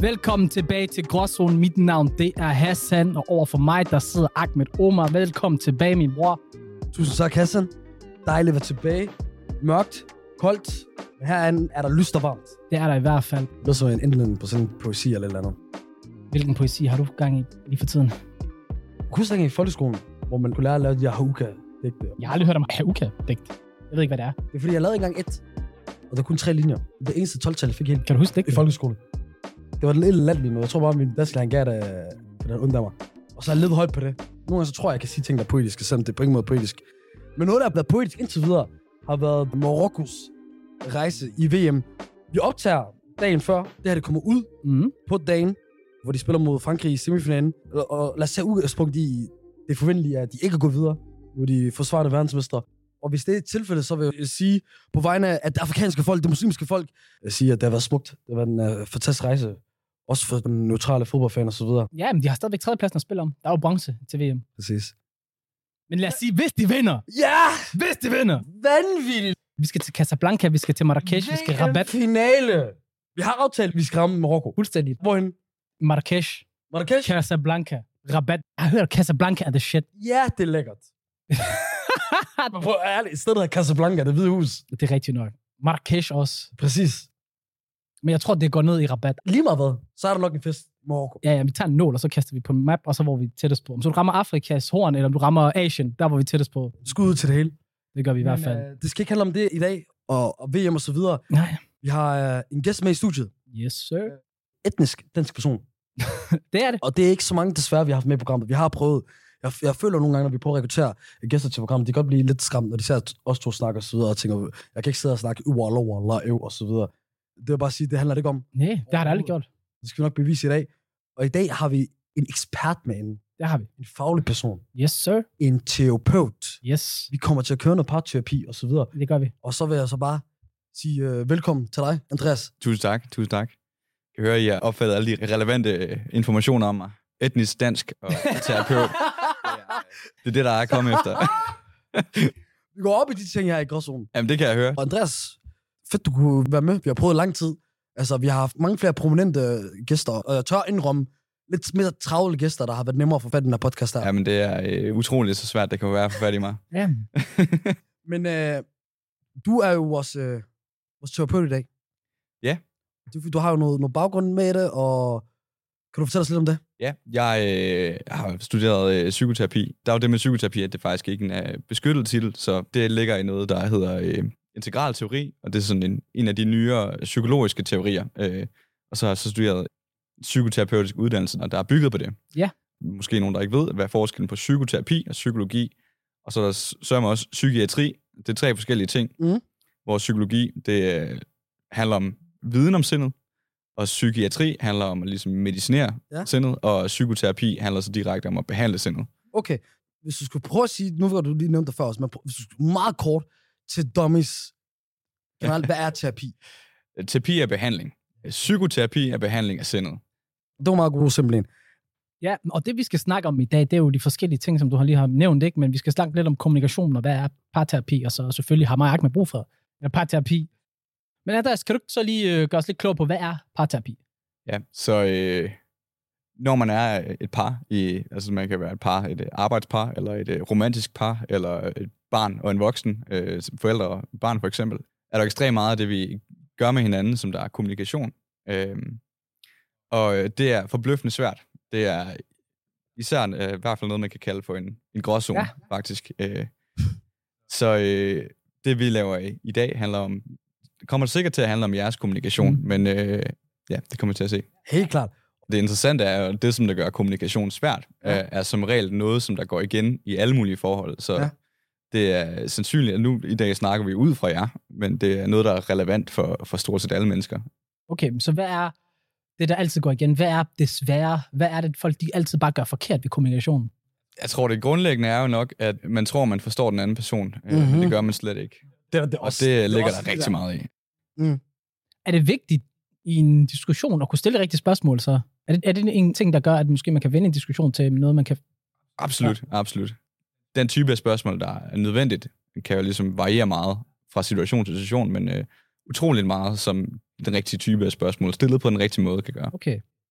Velkommen tilbage til Gråzonen. Mit navn, det er Hassan, og overfor mig, der sidder Ahmed Omar. Velkommen tilbage, min bror. Tusind tak, Hassan. Dejligt at være tilbage. Mørkt, koldt, men herinde er der lyst og varmt. Det er der i hvert fald. Det er så en indledning på sådan en poesi eller et eller andet. Hvilken poesi har du gang i lige for tiden? Jeg kunne huske i folkeskolen, hvor man kunne lære at lave de her hauka-digte. Jeg har aldrig hørt om hauka-digt. Jeg ved ikke, hvad det er. Det er fordi, jeg lavede engang et, og der var kun 3 linjer. Det eneste 12-tal, jeg fik helt. Kan du huske det? I folkeskole. Det var den lille latline, jeg tror bare, at min dansklærer, han gav det, den undrer mig. Og så har jeg levet højt på det. Nogle gange så tror jeg kan sige ting, der er poetiske, selvom det er på ingen måde poetisk. Men noget, der er blevet poetisk indtil videre, har været Marokkos rejse i VM. Vi optager dagen før, det her det kommer ud på dagen, hvor de spiller mod Frankrig i semifinalen. Og lad os tage udgangspunkt i det forventelige, at de ikke er gået videre, hvor de forsvarende verdensmester. Og hvis det er tilfældet, så vil jeg sige, på vegne af det afrikanske folk, det muslimske folk, jeg siger, at det har været smukt. Det har været en fantastisk rejse. Også for den neutrale fodboldfan og så videre. Ja, men de har stadigvæk tredjepladsen at spille om. Der er jo bronze til VM. Præcis. Men lad os sige, hvis de vinder. Ja! Hvis de vinder. Vanvittigt! Vi skal til Casablanca, vi skal til Marrakesh, vi skal Rabat. Finale! Vi har aftalt, at vi skal ramme Marokko. Fuldstændig. Hvorhen? Marrakesh. Marrakesh? Casablanca. Rabat. Jeg har hørt, Casablanca er the shit. Ja, det er lækkert. Men prøv ærligt, i stedet af Casablanca, det Hvide Hus. Det er rigtigt nok. Marrakesh også. Præcis. Men jeg tror, det går ned i Rabat. Lige meget hvad, så er der nok en fest i Marokko. Ja, vi tager en nål, og så kaster vi på en map, og så hvor vi tættest på. Om så du rammer Afrikas horn, eller om du rammer Asien, der hvor vi tættest på. Skud ud til det hele. Det gør vi i hvert fald. Det skal ikke handle om det i dag, og VM og så videre. Nej. Vi har en gæst med i studiet. Yes, sir. Etnisk dansk person. Det er det. Og det er ikke så mange, desværre, vi har haft med i programmet. Vi har prøvet. Jeg føler nogle gange, når vi prøver at rekruttere gæster til programmet, de kan godt blive lidt skræmt, når de ser os to snakker og så videre, og tænker, jeg kan ikke sidde og snakke og så videre. Det vil bare sige, det handler ikke om. Nej, det har det aldrig gjort. Det skal vi nok bevise i dag. Og i dag har vi en ekspert med inde. Det har vi. En faglig person. Yes, sir. En terapeut. Yes. Vi kommer til at køre noget parterapi og så videre. Det gør vi. Og så vil jeg så bare sige velkommen til dig, Andreas. Tusind tak. Jeg hører, I har opfattet alle de relevante informationer om mig. Etnisk dansk og terapeut. Det er det, der er kommet efter. Vi går op i de ting her i Gråzonen. Jamen, det kan jeg høre. Og Andreas, fedt du kunne være med. Vi har prøvet lang tid. Altså, vi har haft mange flere prominente gæster, og jeg tør indrømme lidt mere travle gæster, der har været nemmere at få fat i den her podcast her. Jamen, det er utroligt så svært, det kan være at få fat i mig. Ja. Men du er jo vores terapeut i dag. Ja. Du har jo noget baggrund med det, og kan du fortælle os lidt om det? Ja, jeg har studeret psykoterapi. Der er jo det med psykoterapi, at det faktisk ikke er en beskyttet titel, så det ligger i noget, der hedder integral teori, og det er sådan en af de nyere psykologiske teorier. Og så har jeg så studeret psykoterapeutisk uddannelse, og der er bygget på det. Ja. Måske nogen, der ikke ved, hvad er forskellen på psykoterapi og psykologi. Og så er der sørger også psykiatri. Det er 3 forskellige ting. Hvor psykologi, det handler om viden om sindet, og psykiatri handler om at ligesom medicinere sindet, og psykoterapi handler så direkte om at behandle sindet. Okay, hvis du skulle prøve at sige, nu var du lige nævnt det før også, men hvis du skulle meget kort til dummies, generelt, hvad er terapi? Terapi er behandling. Psykoterapi er behandling af sindet. Det var meget god simpelthen. Ja, og det vi skal snakke om i dag, det er jo de forskellige ting, som du lige har nævnt, ikke? Men vi skal snakke lidt om kommunikation, og hvad er parterapi, og så selvfølgelig har mig med brug for parterapi. Men Andreas, kan du så lige gøre os lidt klog på, hvad er parterapi? Ja, så når man er et par, altså man kan være et par, et arbejdspar, eller et romantisk par, eller et barn og en voksen, forældre og barn for eksempel, er der ekstremt meget af det, vi gør med hinanden, som der er kommunikation. Og det er forbløffende svært. Det er især i hvert fald noget, man kan kalde for en gråzone, faktisk. Så det, vi laver i dag, handler om. Det kommer sikkert til at handle om jeres kommunikation, men det kommer til at se. Helt klart. Det interessante er jo, det som der gør kommunikation svært, er som regel noget, som der går igen i alle mulige forhold. Så det er sandsynligt, at nu i dag snakker vi ud fra jer, men det er noget, der er relevant for stort set alle mennesker. Okay, så hvad er det, der altid går igen? Hvad er det svære? Hvad er det, folk de altid bare gør forkert ved kommunikationen? Jeg tror, det grundlæggende er jo nok, at man tror, man forstår den anden person, men det gør man slet ikke. Og det ligger der rigtig meget i. Er det vigtigt i en diskussion at kunne stille rigtige spørgsmål, så? Er det en ting, der gør, at måske man kan vende en diskussion til noget, man kan... Absolut. Den type af spørgsmål, der er nødvendigt, kan jo ligesom variere meget fra situation til situation, men utroligt meget, som den rigtige type af spørgsmål, stillet på den rigtige måde, kan gøre. Okay.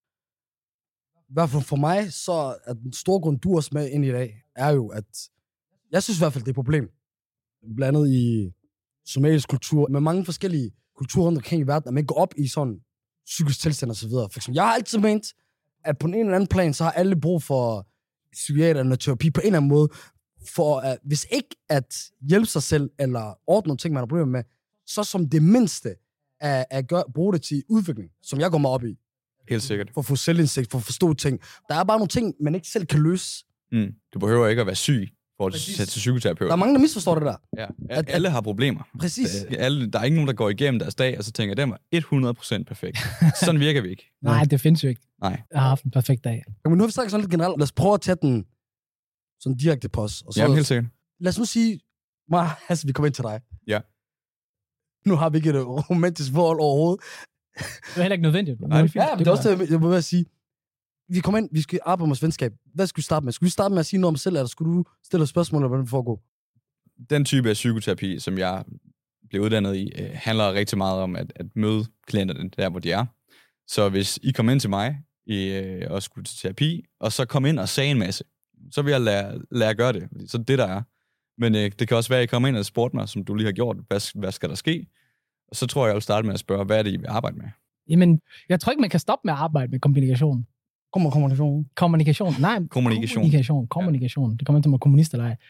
i hvert fald for mig, så er den store grund, du også med ind i dag, er jo, at jeg synes i hvert fald, det er et problem. Blandet i somalisk kultur, med mange forskellige kulturer rundt omkring i verden, at man går op i sådan psykisk tilstand og så videre. For eksempel, jeg har altid ment, at på en eller anden plan, så har alle brug for psykiater og terapi på en eller anden måde, for at, hvis ikke at hjælpe sig selv, eller ordne nogle ting, man har problemer med, så som det mindste at bruge det til udvikling, som jeg går meget op i. Helt sikkert. For at få selvindsigt, for at forstå ting. Der er bare nogle ting, man ikke selv kan løse. Du behøver ikke at være syg for at tage til psykoterapeut. Der er mange, der misforstår det der. Ja, alle har problemer. Præcis. Der er ikke nogen, der går igennem deres dag, og så tænker, den var 100% perfekt. Sådan virker vi ikke. Nej, det findes jo ikke. Nej. Jeg har haft en perfekt dag. Men nu har vi snakket sådan lidt generelt. Lad os prøve at tage den sådan direkte på os. Og så, Jamen, helt sikkert. lad os nu sige, vi kommer ind til dig. Ja. Nu har vi ikke et romantisk forhold overhovedet. Det er heller ikke nødvendigt. Ja, men det er også det, jeg må være at sige. Vi kommer ind, vi skal arbejde med vores venskab. Hvad skal vi starte med? Skal vi starte med at sige noget om os selv, eller skulle du stille et spørgsmål, eller hvordan det foregår? Den type af psykoterapi, som jeg blev uddannet i, handler rigtig meget om at møde klienterne der, hvor de er. Så hvis I kom ind til mig og skulle til terapi, og så kom ind og sagde en masse, så vil jeg lære at gøre det. Så det der er. Men det kan også være, at I kommer ind og spurgte mig, som du lige har gjort, hvad skal der ske? Og så tror jeg vil starte med at spørge, hvad er det, I vil arbejde med? Jamen, jeg tror ikke, man kan stoppe med at arbejde med kommunikation. Kommunikation. Nej, kommunikation. Det kommer til at være kommunist eller ej.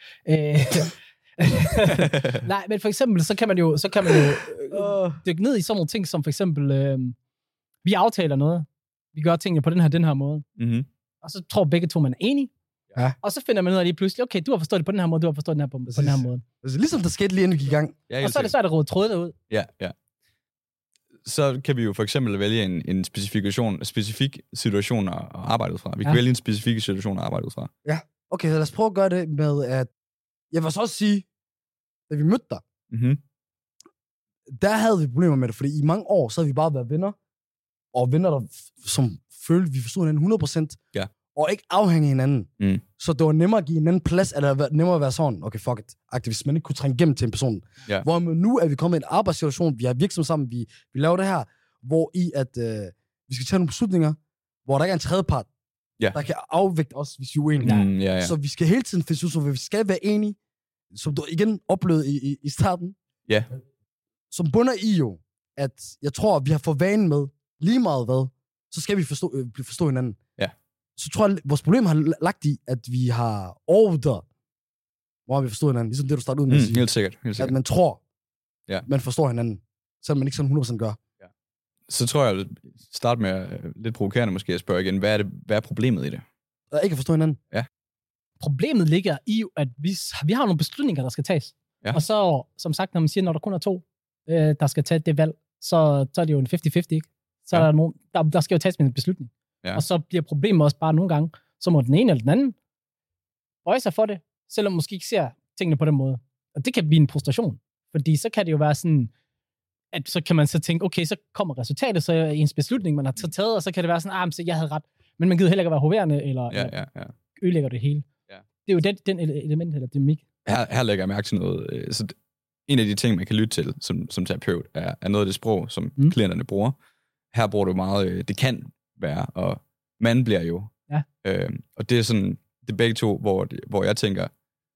Nej, men for eksempel, så kan man jo dykke ned i sådan nogle ting, som for eksempel, vi aftaler noget. Vi gør tingene på den her måde. Mm-hmm. Og så tror begge to, man er enige. Ja. Og så finder man ud af lige pludselig, okay, du har forstået det på den her måde, du har forstået den her på den her måde. Altså, ligesom der skete lige inden vi gik i gang. Ja, og så er det svært at råde tråde derud. Ja. Så kan vi jo for eksempel vælge en specifik situation at arbejde ud fra. Vi kan vælge en specifik situation at arbejde ud fra. Ja, okay, så lad os prøve at gøre det med, at jeg vil så også sige, da vi mødte dig, der havde vi problemer med det, fordi i mange år, så havde vi bare været venner, og venner, der som følte, vi forstod hinanden 100%, og ikke afhængige hinanden. Så det var nemmere at give hinanden plads, eller nemmere at være sådan, okay, fuck it, hvis man ikke kunne trænge igennem til en person. Ja. Hvor nu er vi kommet i en arbejdssituation, vi har virksomhed sammen, vi laver det her, hvor i at vi skal tage nogle beslutninger, hvor der ikke er en tredjepart, der kan afvægte os, hvis vi er uenige. Så vi skal hele tiden finde ud af, vi skal være enige, som du igen oplevede i starten. Ja. Som bunder i jo, at jeg tror, at vi har fået vanen med, lige meget hvad, så skal vi forstå hinanden. Ja. Så tror jeg, vores problem har lagt i, at vi har overvurderet, hvor vi forstår hinanden. Ligesom det, du startede ud med at sige. Helt sikkert. At man tror, man forstår hinanden, selvom man ikke sådan 100% gør. Ja. Så tror jeg, at starte med lidt provokerende måske at spørge igen, hvad er problemet i det? At ikke forstå hinanden? Ja. Problemet ligger i, at vi har nogle beslutninger, der skal tages. Ja. Og så, som sagt, når man siger, når der kun er to, der skal tage det valg, så er det jo en 50-50, ikke? Så er der nogen, der skal jo tages med en beslutning. Ja. Og så bliver problemet også bare nogle gange, så må den ene eller den anden bøje sig for det, selvom man måske ikke ser tingene på den måde. Og det kan blive en frustration, fordi så kan det jo være sådan, at så kan man så tænke, okay, så kommer resultatet, så er ens beslutning, man har taget, og så kan det være sådan, så jeg havde ret, men man gider heller ikke at være hoverende, eller ødelægger det hele. Ja. Det er jo den element, eller dynamik. Her lægger jeg mærke til noget. Så en af de ting, man kan lytte til som terapeut, er noget af det sprog, som klienterne bruger. Her bruger du meget, det kan være, og man bliver jo. Ja. Og det er sådan, det er begge to, hvor jeg tænker,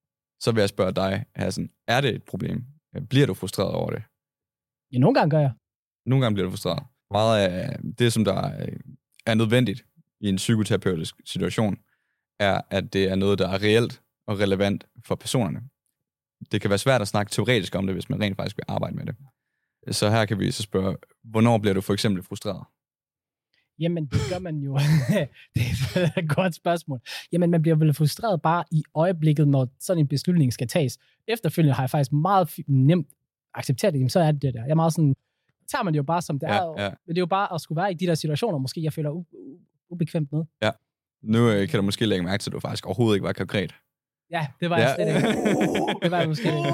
så vil jeg spørge dig, Hassan, er det et problem? Bliver du frustreret over det? Ja, nogle gange gør jeg. Nogle gange bliver du frustreret. Meget af det, som der er nødvendigt i en psykoterapeutisk situation, er, at det er noget, der er reelt og relevant for personerne. Det kan være svært at snakke teoretisk om det, hvis man rent faktisk vil arbejde med det. Så her kan vi så spørge, hvornår bliver du for eksempel frustreret? Jamen, det gør man jo. Det er et godt spørgsmål. Jamen, man bliver vel frustreret bare i øjeblikket, når sådan en beslutning skal tages. Efterfølgende har jeg faktisk meget nemt accepteret det. Jamen, så er det der. Jeg er meget sådan, tager man det jo bare som det er. Ja. Men det er jo bare at skulle være i de der situationer, måske jeg føler ubekvemt med. Ja. Nu kan du måske lægge mærke til, at du faktisk overhovedet ikke var konkret. Ja, det var jeg slet ikke. Det var jeg måske ikke.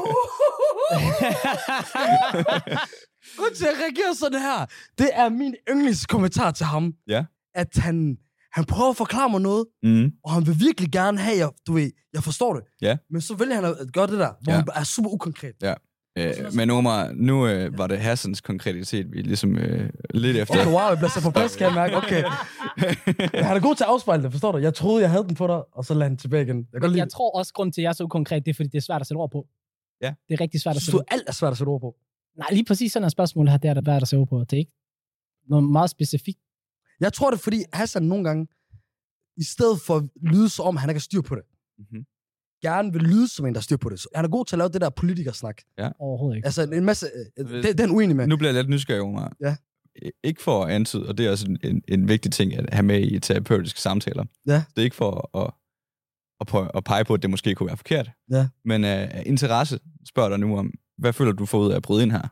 Grunden til at reagere sådan her, det er min yndlingskommentar til ham. Ja. At han prøver at forklare mig noget, og han vil virkelig gerne have, jeg forstår det. Ja. Men så vælger han at gøre det der, hvor han er super ukonkret. Ja. Men Omar, nu var det Hassans konkretitet, vi ligesom lidt efter. Okay, wow, jeg bliver så på plads, kan jeg mærke. Okay. Han er god til at afspejle det, forstår du? Jeg troede, jeg havde den på dig, og så lader han tilbage igen. Jeg tror også, grund til, at jeg er så ukonkret, det er, fordi det er svært at sætte ord på. Ja. Det er rigtig svært at sætte ord på. Alt er svært at sætte ord på. Nej, lige præcis sådan et spørgsmål her, det er der værd at sætte ord på. Det er ikke noget meget specifikt. Jeg tror det, fordi Hassan nogle gange, i stedet for at lyde som om, han ikke har styr på det, gerne vil lyde som en, der har styr på det. Så han er god til at lave det der politikersnak. Ja. Overhovedet ikke. Altså en masse... Det er han uenig med. Nu bliver jeg lidt nysgerrig, Omar. Ja. Ikke for at antyde, og det er også en vigtig ting at have med i terapeutiske samtaler. Ja. Det er ikke for at pege på, at det måske kunne være forkert. Ja. Men interesse spørger dig nu om, hvad føler du får ud af at bryde ind her?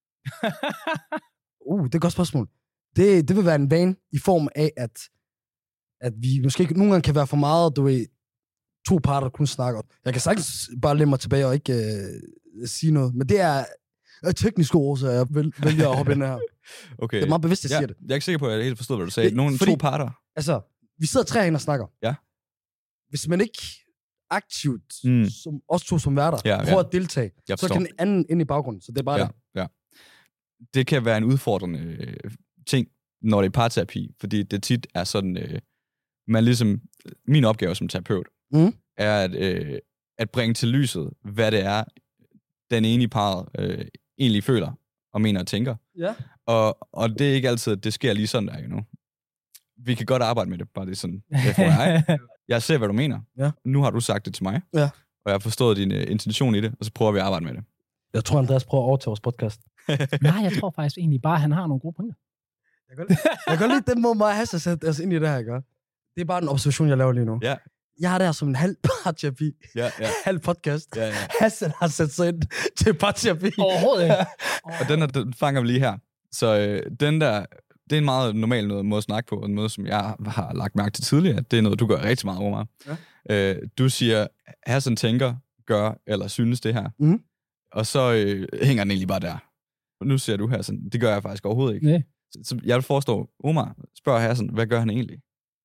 Det er et godt spørgsmål. Det vil være en vane i form af, at vi måske nogle gange kan være for meget, du ved, to parter, der kun snakker. Jeg kan sagtens bare lægge mig tilbage og ikke sige noget, men det er teknisk ord, så jeg vælger at hoppe ind her. Okay. Det er meget bevidst, jeg siger det. Jeg er ikke sikker på, at jeg helt forstod, hvad du sagde. To parter? Altså, vi sidder tre herinde og snakker. Ja. Hvis man ikke aktivt, som os to som værter, prøver at deltage, så kan den anden ind i baggrunden. Så det er bare det. Ja. Det kan være en udfordrende ting, når det er parterapi, fordi det tit er sådan, man ligesom, min opgave som terapeut, er at bringe til lyset, hvad det er, den ene i parret egentlig føler og mener og tænker. Ja. Og det er ikke altid, at det sker lige sådan der, you know. Vi kan godt arbejde med det, bare det er sådan, FYI. Jeg ser, hvad du mener. Ja. Nu har du sagt det til mig, og jeg har forstået din intention i det, og så prøver vi at arbejde med det. Jeg tror, Andreas prøver at overtage vores podcast. Nej, jeg tror faktisk egentlig bare, at han har nogle gode punkter. Jeg kan lide den måde, mig og Hassan sætte os ind i det her, ikke? Det er bare en observation, jeg laver lige nu. Ja. Jeg har det her som en halv parterapi, halv podcast. Ja. Hassan har sat sig ind til parterapi. Overhovedet ikke. Og den fanger vi lige her. Så den der, det er en meget normal måde at snakke på, en måde, som jeg har lagt mærke til tidligere. Det er noget, du gør rigtig meget over mig. Ja. Du siger, Hassan tænker, gør eller synes det her. Og så hænger den egentlig bare der. Nu siger du, Hassan, det gør jeg faktisk overhovedet ikke. Nej. Så jeg vil forestå, Omar spørger Hassan, hvad gør han egentlig?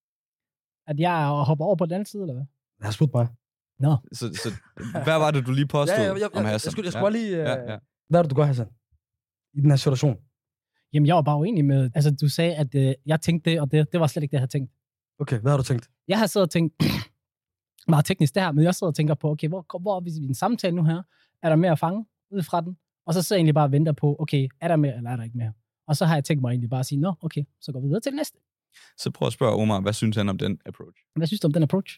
At jeg hopper over på den anden side, eller hvad? Jeg har spurgt mig. Nå. Så hvad var det, du lige påstod om Hassan? Jeg skulle bare lige... Hvad er det, du gør, Hassan? I den her situation? Jamen, jeg var bare uenig med... Altså, du sagde, at jeg tænkte det, og det var slet ikke det, jeg havde tænkt. Okay, hvad har du tænkt? Jeg har siddet og tænkt... meget teknisk det her, men jeg sidder og tænker på, okay, hvor er vi i en samtale nu her? Er der mere at fange ud fra den? Og så sidder jeg egentlig bare og venter på, okay, er der mere, eller er der ikke mere? Og så har jeg tænkt mig egentlig bare at sige, nå, okay, så går vi videre til det næste. Så prøv at spørge Omar, hvad synes han om den approach? Hvad synes du om den approach?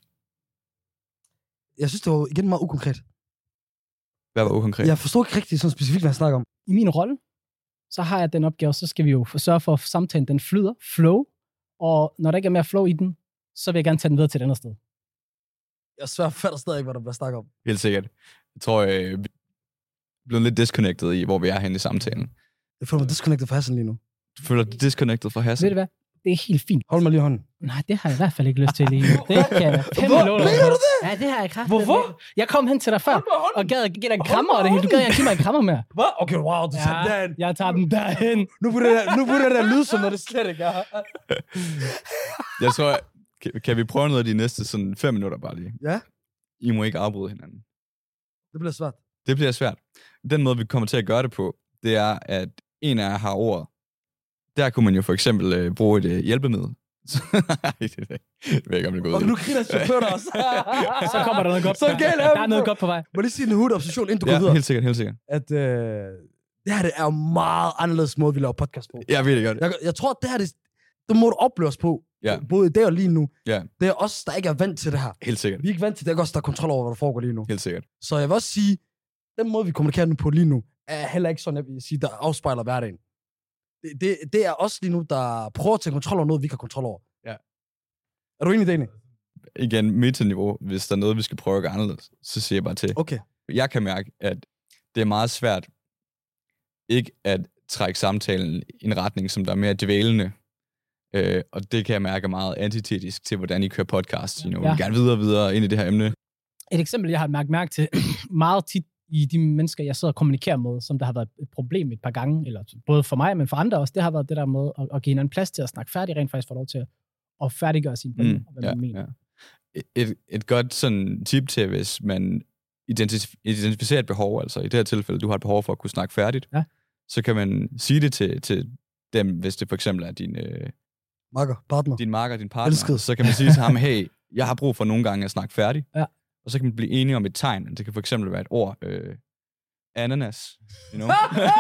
Jeg synes, det var igen meget ukonkret. Hvad var ukonkret? Jeg forstår ikke rigtig sådan specifikt, hvad jeg snakker om. I min rolle, så har jeg den opgave, så skal vi jo sørge for, at samtalen den flyder, flow, og når der ikke er mere flow i den, så vil jeg gerne tage den videre til et andet sted. Jeg fatter stadig ikke, hvad der bliver snakket om. Helt sikkert. Jeg tror, jeg er blevet lidt disconnected i, hvor vi er henne i samtalen. Jeg føler mig disconnected fra Hassan lige nu. Du føler dig disconnected fra Hassan? Ved du hvad? Det er helt fint. Hold mig lige i hånden. Nej, det har jeg i hvert fald ikke lyst til lige nu. Det kan jeg fandme love dig. Mener du det? Ja, det har jeg kraftigt. Hvorfor? Jeg kom hen til dig før, og gad at give dig en krammer og det hele. Du gad ikke give mig en krammer mere. Hvad? Okay, wow, du tager den derhen. Jeg tager den derhen. Nu burde det der lyde som, når det slet ikke er. Jeg tror, kan vi prøve noget af de næste sådan 5 minutter bare lige? Ja. I må ikke afbryde hinanden. Det bliver svært. Det bliver svært. Den måde, vi kommer til at gøre det på, det er, at en af jer har ordet. Der kunne man jo for eksempel bruge et hjælpemiddel. Nej, det ved ikke, om det går ud. Og nu griner chaufføren også. Så kommer der noget godt. Så galt der er noget godt på vej. Må lige sige en hurtig inden du går videre? Helt sikkert. At det her det er jo meget anderledes måde, vi laver podcast på. Jeg ved det godt. Jeg tror, det her det må du opleve os på. Ja. Både i dag og lige nu. Ja. Det er os, der ikke er vant til det her. Helt sikkert. Vi er ikke vant til det. Det er også, der er kontrol over, hvad der foregår lige nu. Helt sikkert. Så jeg vil også sige, den måde, vi kommunikerer nu på lige nu, er heller ikke sådan, jeg vil sige, der afspejler hverdagen. Det er os lige nu, der prøver at tage kontrol over noget, vi kan kontrol over. Ja. Er du enig i det egentlig? Igen, metaniveau, hvis der er noget, vi skal prøve at gøre anderledes, så siger jeg bare til. Okay. Jeg kan mærke, at det er meget svært ikke at trække samtalen i en retning, som der er mere dvælende. Og det kan jeg mærke meget antitetisk til, hvordan I kører podcast. Vi vil gerne videre ind i det her emne. Et eksempel, jeg har mærke til meget tit i de mennesker, jeg sidder og kommunikerer med, som der har været et problem et par gange, eller både for mig, men for andre også, det har været det der med at give hinanden plads til at snakke færdig, rent faktisk få lov til at færdiggøre sine pointer, og hvad man mener. Ja. Et godt sådan tip til, hvis man identificere et behov, altså i det her tilfælde, du har et behov for at kunne snakke færdigt, så kan man sige det til dem, hvis det for eksempel er din partner, din partner, så kan man sige til ham, hey, jeg har brug for nogle gange at snakke færdig, og så kan man blive enige om et tegn. Det kan for eksempel være et ord, ananas, you know?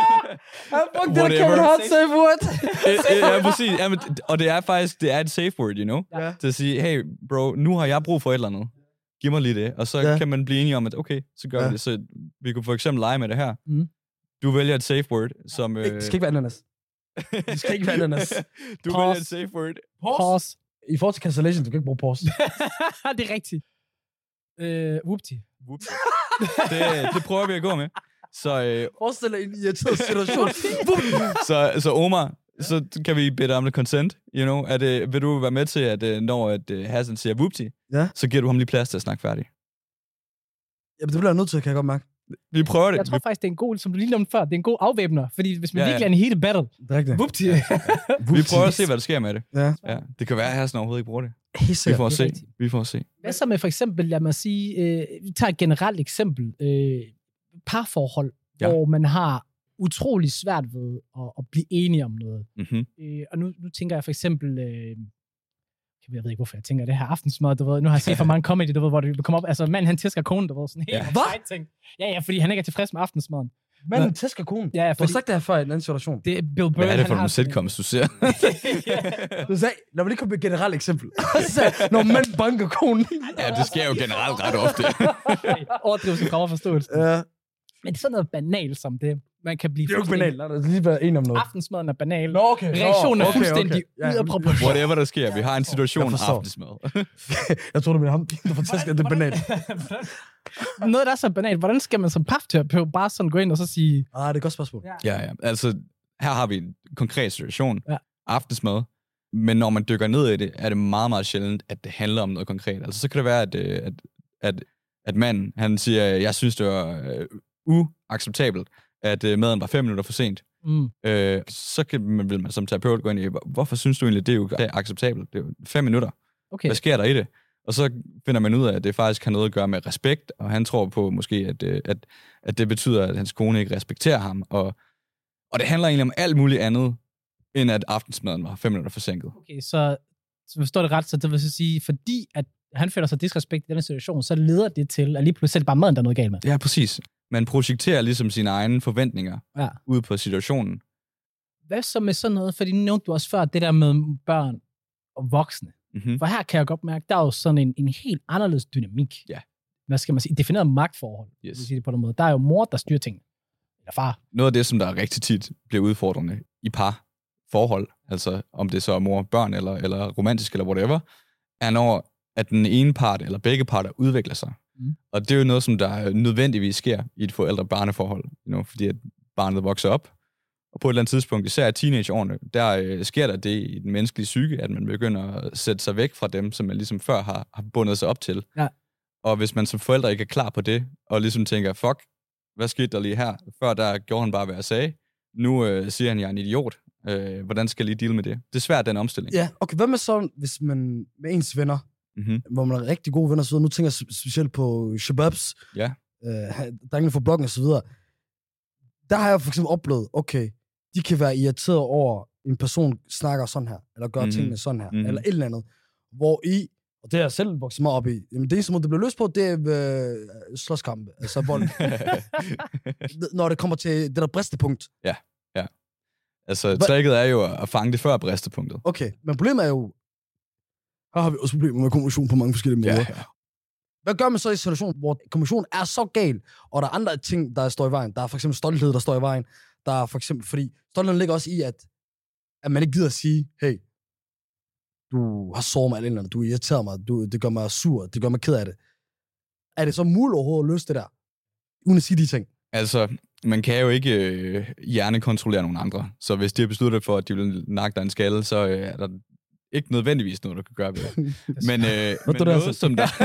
Det kan man safe word. Ja, præcis. Jamen, og det er faktisk, det er et safe word, you know? Til at sige, hey bro, nu har jeg brug for et eller andet. Giv mig lige det. Og så kan man blive enige om, at okay, så gør vi det. Så vi kunne for eksempel lege med det her. Du vælger et safe word, som... Det skal ikke være ananas. Det skal ikke være ananas. Du vælger et safe word. Pause. I forhold til cancellation, du kan ikke bruge pause. Det er rigtigt. Whoopty. Det prøver vi at gå med. Så, forestil dig en irriteret situation. så Omar, så kan vi bede om det consent, you know? Vil du være med til, at når Hassan siger whoopty, så giver du ham lige plads til at snakke færdig? Jamen, det bliver jeg nødt til, kan jeg godt mærke. Vi prøver det. Jeg tror faktisk, det er en god, som du lige nævnte før, det er en god afvæbner, fordi hvis man virkelig er en heated battle, det er rigtigt. Whoopty. Vi prøver at se, hvad der sker med det. Ja. Det kan være, at Hassan overhovedet ikke bruger det. Vi får se. Hvad så med for eksempel, lad mig sige, vi tager et generelt eksempel, parforhold, hvor man har utrolig svært ved at blive enige om noget. Og nu tænker jeg for eksempel, jeg ved ikke, hvorfor jeg tænker det her aftensmad, du ved, nu har jeg set for mange comedy, du ved, hvor det kommer op, altså manden han tæsker konen, du ved, sådan helt ting. Ja, fordi han ikke er tilfreds med aftensmaden. Manden tæsker konen? Ja, fordi... Du har sagt det her før i en anden situation. Det er Bill Burr, hvad er det for nogle sitcoms, du ser? Du sagde, lad mig lige komme med et generelt eksempel. Når manden banker konen. Ja, det sker jo generelt ret ofte. Overdrivelse fra forståelse. Ja. Men det er sådan noget banalt som det. Man kan blive det er jo ikke banalt. Lad os lige være enige om noget. Aftensmaden er banal. Nå, okay. Reaktionen er fuldstændig ud af proportion. Whatever der sker. Vi har en situation aftensmad. Jeg tror, det er ham, der fortæller, at det er banalt. Noget, der er så banalt. Hvordan skal man som parterapeut bare sådan gå ind og så sige... Det er et godt spørgsmål. Ja. Altså, her har vi en konkret situation. Aftensmad. Men når man dykker ned i det, er det meget, meget sjældent, at det handler om noget konkret. Altså, så kan det være, at manden, han siger, jeg synes, det var uacceptabelt, at maden var 5 minutter for sent. Så vil man som terapeut gå ind i, hvorfor synes du egentlig, det er jo acceptabelt? Det er jo 5 minutter. Okay. Hvad sker der i det? Og så finder man ud af, at det faktisk har noget at gøre med respekt, og han tror på måske, at det betyder, at hans kone ikke respekterer ham. Og det handler egentlig om alt muligt andet, end at aftensmaden var 5 minutter forsinket. Okay, så forstår det ret, så det vil så sige, fordi at han føler sig disrespekt i den situation, så leder det til, at lige pludselig bare maden, der er noget galt med. Ja, præcis. Man projekterer ligesom sine egne forventninger ud på situationen. Hvad så med sådan noget? Fordi nu nævnte du også før, det der med børn og voksne. For her kan jeg godt mærke, der er jo sådan en helt anderledes dynamik. Ja. Hvad skal man sige? Defineret magtforhold. Yes. Sige det på den måde. Der er jo mor, der styrer ting. Eller far. Noget af det, som der rigtig tit bliver udfordrende i parforhold, altså om det så er mor og børn, eller romantisk, eller whatever, er når at den ene part, eller begge parter, udvikler sig. Og det er jo noget, som der nødvendigvis sker i et forældre-barneforhold, fordi at barnet vokser op, og på et eller andet tidspunkt, især i teenageårene, der sker der det i den menneskelige psyke, at man begynder at sætte sig væk fra dem, som man ligesom før har bundet sig op til. Ja. Og hvis man som forældre ikke er klar på det, og ligesom tænker, fuck, hvad skete der lige her? Før der gjorde han bare, hvad jeg sagde. Nu siger han, jeg er en idiot. Hvordan skal jeg lige deal med det? Det er svært, den omstilling. Ja, okay. Hvad med så, hvis man med ens venner, hvor man er rigtig gode venner, så nu tænker jeg specielt på Shababs, drengene fra bloggen og så videre. Der har jeg for eksempel oplevet, okay, de kan være irriteret over, en person snakker sådan her, eller gør tingene sådan her, eller et eller andet, hvor i, og det har jeg selv vokset mig op i, jamen det eneste måde, det bliver løst på, det er slåskampe, altså vold. Når det kommer til det der bristepunkt. Ja. Altså, tricket er jo at fange det før bristepunktet. Okay, men problemet er jo, her har vi også problemer med kommunikation på mange forskellige måder. Ja. Hvad gør man så i en situation, hvor kommunikation er så gal, og der er andre ting, der står i vejen? Der er for eksempel stolthed, der står i vejen. Der er for eksempel, fordi stoltheden ligger også i, at man ikke gider at sige, hey, du har såret mig eller andet, du irriterer mig, det gør mig sur, det gør mig ked af det. Er det så muligt overhovedet at løse det der, uden at sige de ting? Altså, man kan jo ikke hjernekontrollere nogen andre. Så hvis de har besluttet for, at de vil nakke dig en skalle, så er der ikke nødvendigvis noget, du kan gøre ved det. Men noget,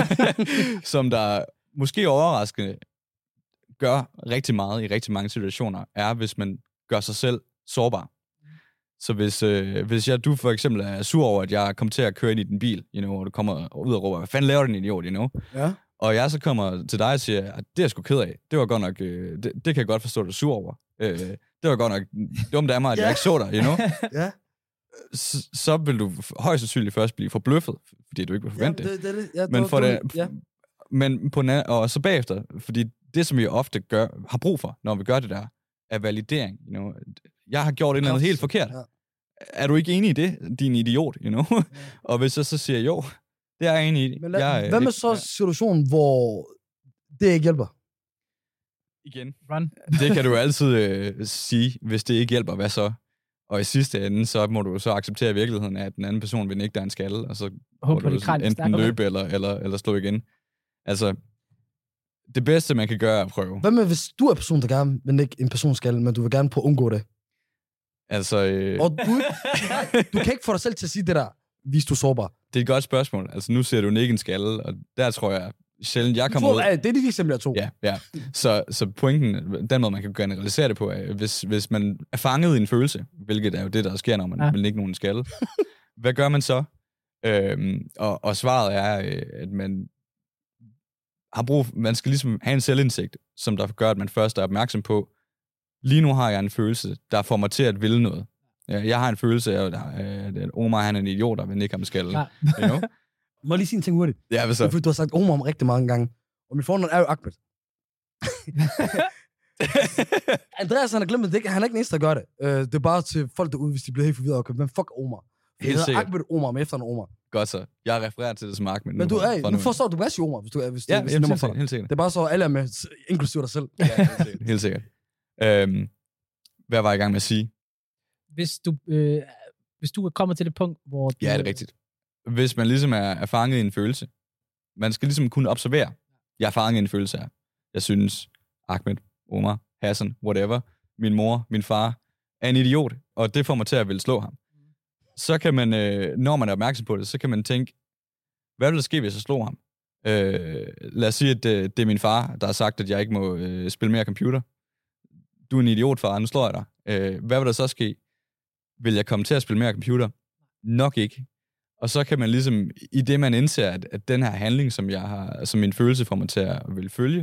som der måske overraskende gør rigtig meget i rigtig mange situationer, er, hvis man gør sig selv sårbar. Så hvis du for eksempel er sur over, at jeg kommer til at køre ind i din bil, og du kommer ud og råber, hvad fanden laver den idiot, Ja. og jeg så kommer til dig og siger, at det er jeg sgu ked af. Det var godt nok, det kan jeg godt forstå, at du er sur over. Det var godt nok dumt af mig, at jeg ikke så dig, you know? Ja. Så vil du højst sandsynligt først blive forbløffet, fordi du ikke vil forvente det. Men og så bagefter, fordi det, som vi ofte har brug for, når vi gør det der, er validering. You know? Jeg har gjort et eller andet helt forkert. Ja. Er du ikke enig i det, din idiot? You know? Ja. Og hvis jeg så siger, jo, det er jeg enig i. Men hvad med så situationen, hvor det ikke hjælper? Igen. Run. Det kan du altid sige, hvis det ikke hjælper, hvad så? Og i sidste ende, så må du så acceptere virkeligheden af, at den anden person vil ikke der en skalle, og så må du enten løbe eller slå igen. Altså, det bedste, man kan gøre, er at prøve. Hvad med, hvis du er person, der gerne vil ikke en person skalle, men du vil gerne prøve at undgå det? Altså... Og du kan ikke få dig selv til at sige det der, hvis du er sårbar. Det er et godt spørgsmål. Altså, nu ser du ikke en skalle, og der tror jeg sjældent, jeg kommer ud... Det er de eksempler, jeg tog. Ja. Så pointen, den måde, man kan generalisere det på, er, hvis man er fanget i en følelse, hvilket er jo det, der sker, når man vil ikke nogen skalle, hvad gør man så? Og svaret er, at man skal ligesom have en selvindsigt, som der gør, at man først er opmærksom på, lige nu har jeg en følelse, der får mig til at ville noget. Jeg har en følelse af, at Omar han er en idiot, der vil ikke have skalle. Ja. You know? Må jeg lige sige en ting hurtigt? Ja, hvad så? Det er, du har sagt Omar om rigtig mange gange, og mit fornavn er jo Ahmed. Andreas, han har glemt det. Han er ikke den eneste, der gør det. Det er bare til folk derude, hvis de bliver helt forvirret. Okay, men fuck Omar. Helt sikkert. Ahmed Omar med efternavn Omar. Godt så. Jeg refererer til det som Ahmed. Men nu forstår du hvad siger Omar, hvis du er helt sikkert. Det er bare så, alle er med, inklusive dig selv. Ja, helt sikkert. Hvad var jeg i gang med at sige? Hvis du er kommet til det punkt, hvor... Ja, det er rigtigt. Hvis man ligesom er fanget i en følelse, man skal ligesom kunne observere, jeg er fanget i en følelse her. Jeg synes, Ahmed, Omar, Hassan, whatever, min mor, min far, er en idiot, og det får mig til at ville slå ham. Så kan man, når man er opmærksom på det, så kan man tænke, hvad vil der ske, hvis jeg slår ham? Lad os sige, at det er min far, der har sagt, at jeg ikke må spille mere computer. Du er en idiot, far, nu slår jeg dig. Hvad vil der så ske? Vil jeg komme til at spille mere computer? Nok ikke. Og så kan man ligesom, i det man indser, at den her handling, som min følelse får mig til at ville følge,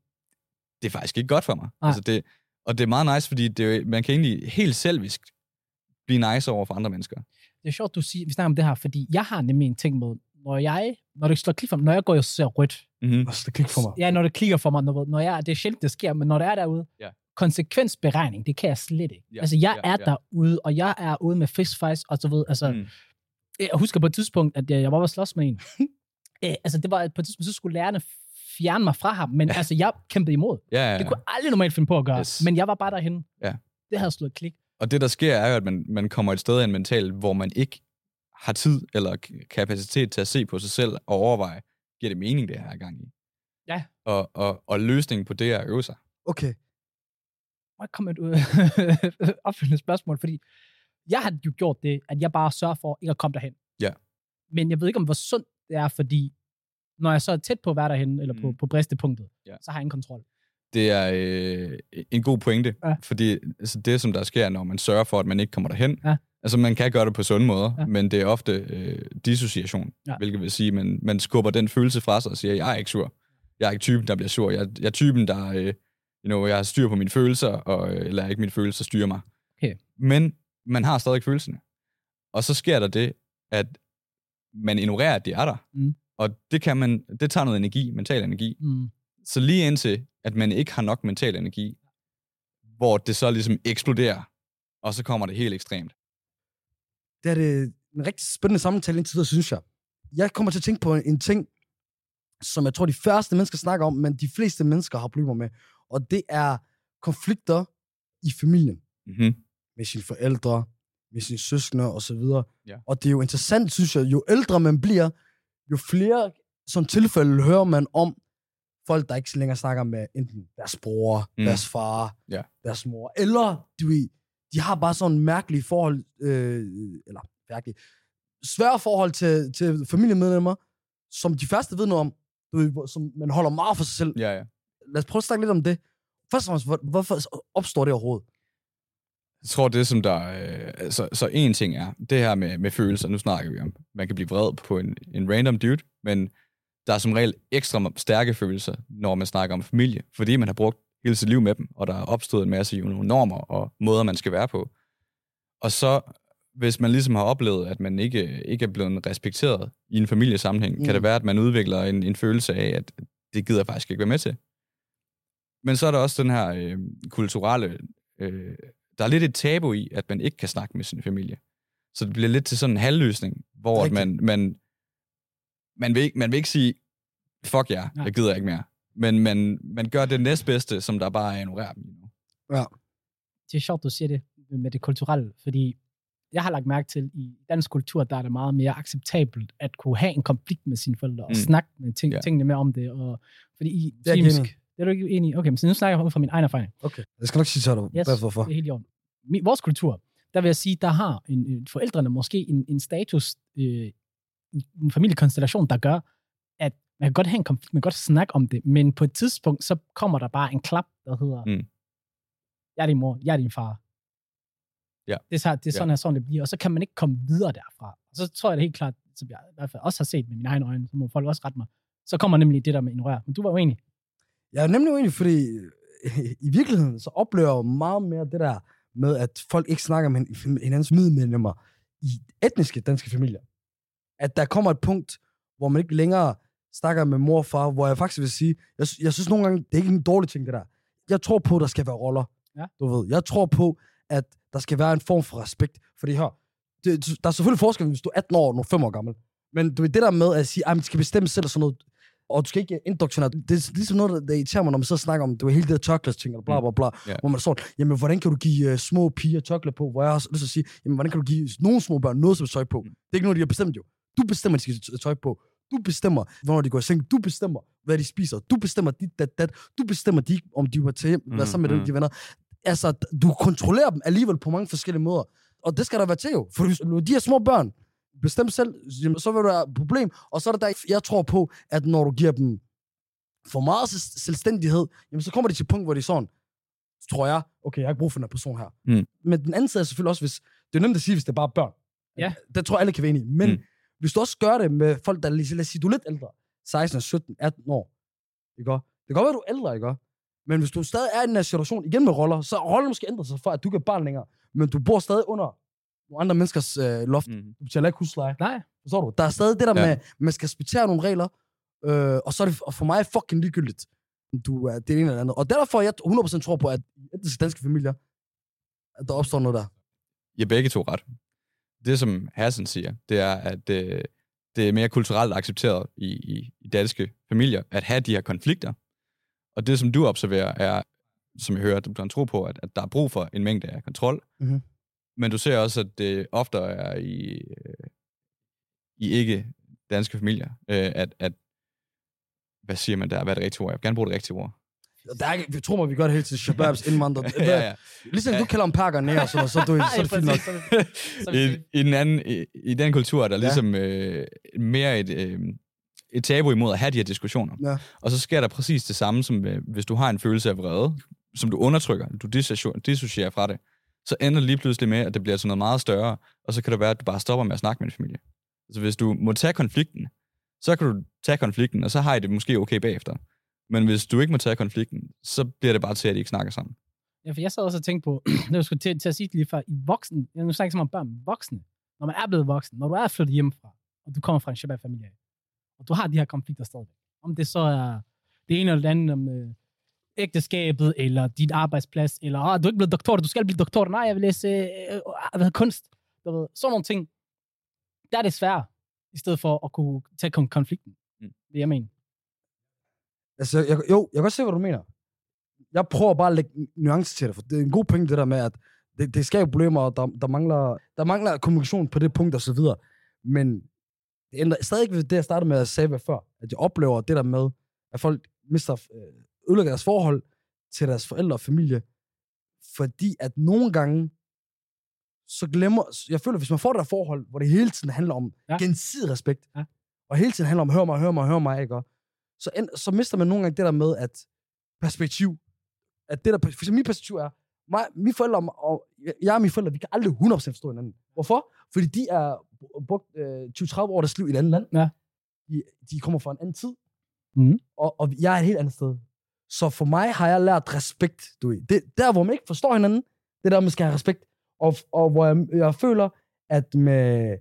det er faktisk ikke godt for mig. Altså og det er meget nice, fordi man kan egentlig helt selvisk blive nice over for andre mennesker. Det er sjovt, vi snakker om det her, fordi jeg har nemlig en ting med, når det slår klik for mig, når jeg går og ser rødt. Det klikker for mig. Ja, når det klikker for mig, det er sjældent, det sker, men når det er derude, konsekvensberegning, det kan jeg slet ikke. Altså, jeg er derude, og jeg er ude med fistfights, og så ved, altså, jeg husker på et tidspunkt, at jeg var slås med en. Altså, det var på et tidspunkt, så skulle lærerne fjerne mig fra ham, men altså, jeg kæmpede imod. Det kunne jeg aldrig normalt finde på at gøre, men jeg var bare derhenne. Det havde slået klik. Og det, der sker, er jo, at man kommer et sted af en mental, hvor man ikke har tid eller kapacitet til at se på sig selv og overveje, giver det mening, det her gang i? Ja. Og løsningen på det er at øve sig. Okay. Må jeg komme et opfølgende spørgsmål, fordi jeg har jo gjort det, at jeg bare sørger for ikke at komme derhen. Ja. Men jeg ved ikke, om hvor sundt det er, fordi når jeg så er tæt på at være derhen, eller på bristepunktet, så har jeg ingen kontrol. Det er en god pointe, fordi altså, det, som der sker, når man sørger for, at man ikke kommer derhen, altså man kan gøre det på sunde måder, men det er ofte dissociation, hvilket vil sige, at man skubber den følelse fra sig og siger, jeg er ikke sur. Jeg er ikke typen, der bliver sur. Jeg er typen, der jeg har styr på mine følelser, og lader ikke mine følelser styre mig. Okay. Men man har stadig følelserne. Og så sker der det, at man ignorerer, at de er der. Og det tager noget energi, mental energi. Så lige indtil, at man ikke har nok mental energi, hvor det så ligesom eksploderer, og så kommer det helt ekstremt. Det er en rigtig spændende samtale indtil videre, synes jeg. Jeg kommer til at tænke på en ting, som jeg tror, de færreste mennesker snakker om, men de fleste mennesker har problemer med. Og det er konflikter i familien. Med sine forældre, med sine søskende osv. Ja. Og det er jo interessant, synes jeg, jo ældre man bliver, jo flere sådan tilfælde hører man om folk, der ikke længere snakker med enten deres bror, deres far, deres mor, eller de har bare sådan mærkelige forhold, eller mærkelige, svære forhold til familiemedlemmer, som de første ved noget om, som man holder meget for sig selv. Ja. Lad os prøve at snakke lidt om det. Først og fremmest, hvorfor opstår det overhovedet? Jeg tror, det som der... Så en ting er, det her med følelser, nu snakker vi om, man kan blive vred på en random dude, men der er som regel ekstra stærke følelser, når man snakker om familie, fordi man har brugt hele sit liv med dem, og der er opstået en masse normer og måder, man skal være på. Og så, hvis man ligesom har oplevet, at man ikke er blevet respekteret i en familiesammenhæng, kan det være, at man udvikler en følelse af, at det gider jeg faktisk ikke være med til. Men så er der også den her kulturelle... der er lidt et tabu i, at man ikke kan snakke med sin familie. Så det bliver lidt til sådan en halvløsning, hvor at man vil ikke sige, fuck jer, jeg gider ikke mere. Men man gør det næstbedste, som der bare er ignorerer dem. Ja. Det er sjovt, du siger det med det kulturelle, fordi jeg har lagt mærke til, i dansk kultur, der er det meget mere acceptabelt at kunne have en konflikt med sine forældre, og snakke med tingene mere om det. Og, fordi i muslimsk... Det er du ikke enig i? Okay, men så nu snakker jeg ud fra min egen erfaring. Okay, jeg skal nok sige til dig, hvorfor. Det er helt i orden. Vores kultur, der vil jeg sige, der har forældrene måske en status, en familiekonstellation, der gør, at man kan godt have en konflikt, man kan godt snakke om det, men på et tidspunkt, så kommer der bare en klap, der hedder, jeg er din mor, jeg er din far. Ja. Det er sådan, sådan det bliver, og så kan man ikke komme videre derfra. Og så tror jeg det helt klart, som jeg i hvert fald også har set med mine egne øjne, så må folk også rette mig, så kommer nemlig det der med ignorere. Men du var uenig. Jeg er nemlig uenig, fordi i virkeligheden, så oplever jeg meget mere det der med, at folk ikke snakker med hinandens medlemmer i etniske danske familier. At der kommer et punkt, hvor man ikke længere snakker med mor og far, hvor jeg faktisk vil sige, jeg synes nogle gange, det er ikke en dårlig ting, det der. Jeg tror på, at der skal være roller. Ja. Du ved. Jeg tror på, at der skal være en form for respekt. Fordi her, der er selvfølgelig forskel, hvis du er 18 år og nu 5 år gammel. Men du ved, det der med at sige, at man skal bestemme selv og sådan noget, og du skal ikke indoktrinere. Det er ligesom noget, der irriterer mig, når man så snakker om, det var hele det der chocolate-ting, og bla bla bla, hvor man så, jamen, hvordan kan du give små piger chocolate på? Hvor jeg har lyst til at sige, jamen, hvordan kan du give nogle små børn noget som tøj på? Det er ikke noget, de har bestemt jo. Du bestemmer, at de skal tøj på. Du bestemmer, hvornår de går i seng. Du bestemmer, hvad de spiser. Du bestemmer dit, dat. Du bestemmer, om de var til hjem, hvad sammen med dem, de venner. Altså, du kontrollerer dem alligevel på mange forskellige måder. Og det skal der være til jo. For de her små børn, bestem selv, så vil der være et problem. Og så er der, jeg tror på, at når du giver dem for meget selvstændighed, jamen så kommer de til et punkt, hvor de er sådan, tror jeg, okay, jeg har ikke brug for den her person her. Men den anden side er selvfølgelig også, hvis, det er nemt at sige, hvis det er bare børn. Ja. Det tror jeg, alle kan være enige. Men hvis du også gør det med folk, der, lad os sige, du er lidt ældre, 16, 17, 18 år, ikke? Det kan godt være, du er ældre, ikke? Men hvis du stadig er i den her situation, igen med roller, så rollen måske ændrer sig for, at du kan barn længere, men du bor stadig under nogle andre menneskers loft. Du betaler ikke husleje. Nej. Forstår du? Der er stadig det der med, man skal respektere nogle regler, og så er det for mig fucking ligegyldigt, du er det ene eller andet. Og derfor jeg 100% tror på, at i danske familier, at der opstår noget der. I begge to ret. Det, som Hassan siger, det er, at det er mere kulturelt accepteret i danske familier, at have de her konflikter. Og det, som du observerer, er, som jeg hører, du kan tro på, at der er brug for en mængde af kontrol. Men du ser også, at det ofte er i ikke-danske familier, at hvad siger man der? Hvad er det rigtige ord? Jeg vil gerne bruge det rigtige ord. Der er ikke, vi tror mig, vi gør det helt til shababs indvandrere. Ja. Ligesom du kalder om perker nære, så er det fint nok. I den kultur er der ligesom mere et tabu imod at have de her diskussioner. Ja. Og så sker der præcis det samme, som hvis du har en følelse af vrede, som du undertrykker, du dissocierer fra det, så ender det lige pludselig med, at det bliver sådan noget meget større, og så kan det være, at du bare stopper med at snakke med din familie. Altså hvis du må tage konflikten, så kan du tage konflikten, og så har I det måske okay bagefter. Men hvis du ikke må tage konflikten, så bliver det bare til, at I ikke snakker sammen. Ja, for jeg sad også og tænkte på, når du skulle til at sige det lige før, i voksen, jeg nu snakker ikke så meget om børn, voksne, når man er blevet voksen, når du er flyttet hjemmefra, og du kommer fra en shabab-familie, og du har de her konflikter stadigvæk, om det så er det ene eller det andet, om ægteskabet, eller dit arbejdsplads, eller du er ikke blevet doktor, du skal blive doktor, nej, jeg vil læse kunst, sådan nogle ting, der er det svært, i stedet for at kunne tage konflikten, det jeg mener. Altså, jeg kan godt se, hvad du mener. Jeg prøver bare at lægge nuancer til det, for det er en god point, det der med, at det skaber problemer, og der mangler kommunikation på det punkt, og så videre. Men det ændrer stadig ikke ved det, jeg startede med at sige før, at jeg oplever det der med, at folk ødelægger deres forhold til deres forældre og familie, fordi at nogle gange, så jeg føler, hvis man får det der forhold, hvor det hele tiden handler om gensidig respekt, og hele tiden handler om, hør mig, ikke? Så mister man nogle gange det der med, at perspektiv, at det der, for eksempel mit perspektiv er, mine forældre og jeg og mine forældre, vi kan aldrig 100% forstå hinanden. Hvorfor? Fordi de er brugt 20-30 år af deres liv i et andet land. Ja. de kommer fra en anden tid, Mm. og jeg er et helt andet sted. Så for mig har jeg lært respekt, du ved. Det, der, hvor man ikke forstår hinanden, det der, man skal have respekt. Og hvor jeg føler, at med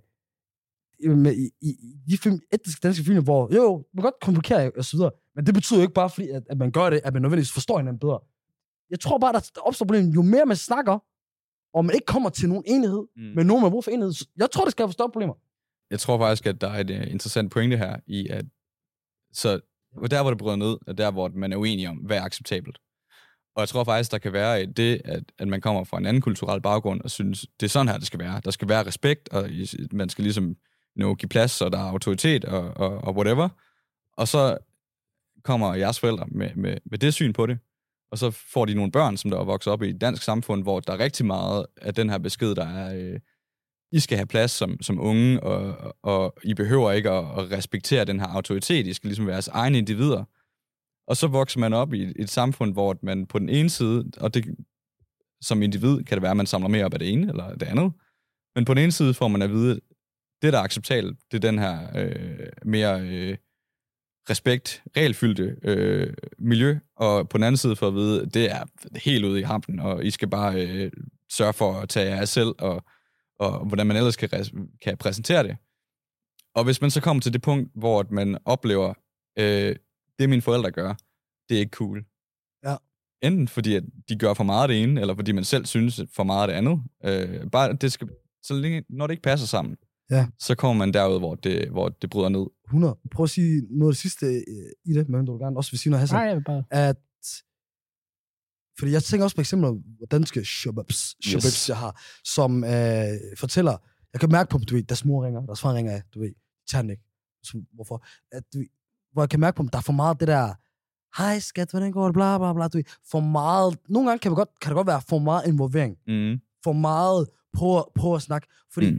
i de etniske danske film, hvor jo, man kan godt kommunikere og så videre, men det betyder jo ikke bare, fordi at man gør det, at man nødvendigvis forstår hinanden bedre. Jeg tror bare, der opstår problemer, jo mere man snakker, og man ikke kommer til nogen enighed, med nogen, man bruger for enighed. Jeg tror, det skal have større problemer. Jeg tror faktisk, at der er et interessant pointe her i, at så der, hvor det bryder ned, er der, hvor man er uenig om, hvad er acceptabelt. Og jeg tror faktisk, der kan være det, at man kommer fra en anden kulturel baggrund, og synes, det er sådan her, det skal være. Der skal være respekt, og man skal ligesom give plads, og der er autoritet, og whatever. Og så kommer jeres forældre med det syn på det, og så får de nogle børn, som der er vokset op i et dansk samfund, hvor der er rigtig meget af den her besked, der er, I skal have plads som unge, og I behøver ikke at respektere den her autoritet. I skal ligesom være jeres egne individer. Og så vokser man op i et samfund, hvor man på den ene side, og det, som individ kan det være, at man samler mere op af det ene eller det andet, men på den ene side får man at vide, det, der er acceptabelt, det er den her mere respekt, regelfyldte miljø, og på den anden side får at vide, det er helt ude i hampen, og I skal bare sørge for at tage jer selv, og hvordan man ellers kan præsentere det. Og hvis man så kommer til det punkt, hvor man oplever, det mine forældre gør, det er ikke cool. Ja. Enten fordi, at de gør for meget af det ene, eller fordi man selv synes for meget af det andet. Bare det skal, så længe, når det ikke passer sammen, så kommer man derud, hvor det bryder ned. 100. Prøv at sige noget af det sidste i det, men du gerne også vil sige noget, Hassan. Nej, jeg vil bare... At, fordi jeg tænker også på eksempler danske shababs, jeg har, som fortæller, jeg kan mærke på dem, du ved, deres mor ringer, deres far ringer af, du ved, tager ikke. Hvorfor? At, du ved, hvor jeg kan mærke på dem, der er for meget det der, hej skat, hvordan går det, bla bla bla, du ved, for meget, nogle gange kan det godt være for meget involvering, for meget på at snakke, fordi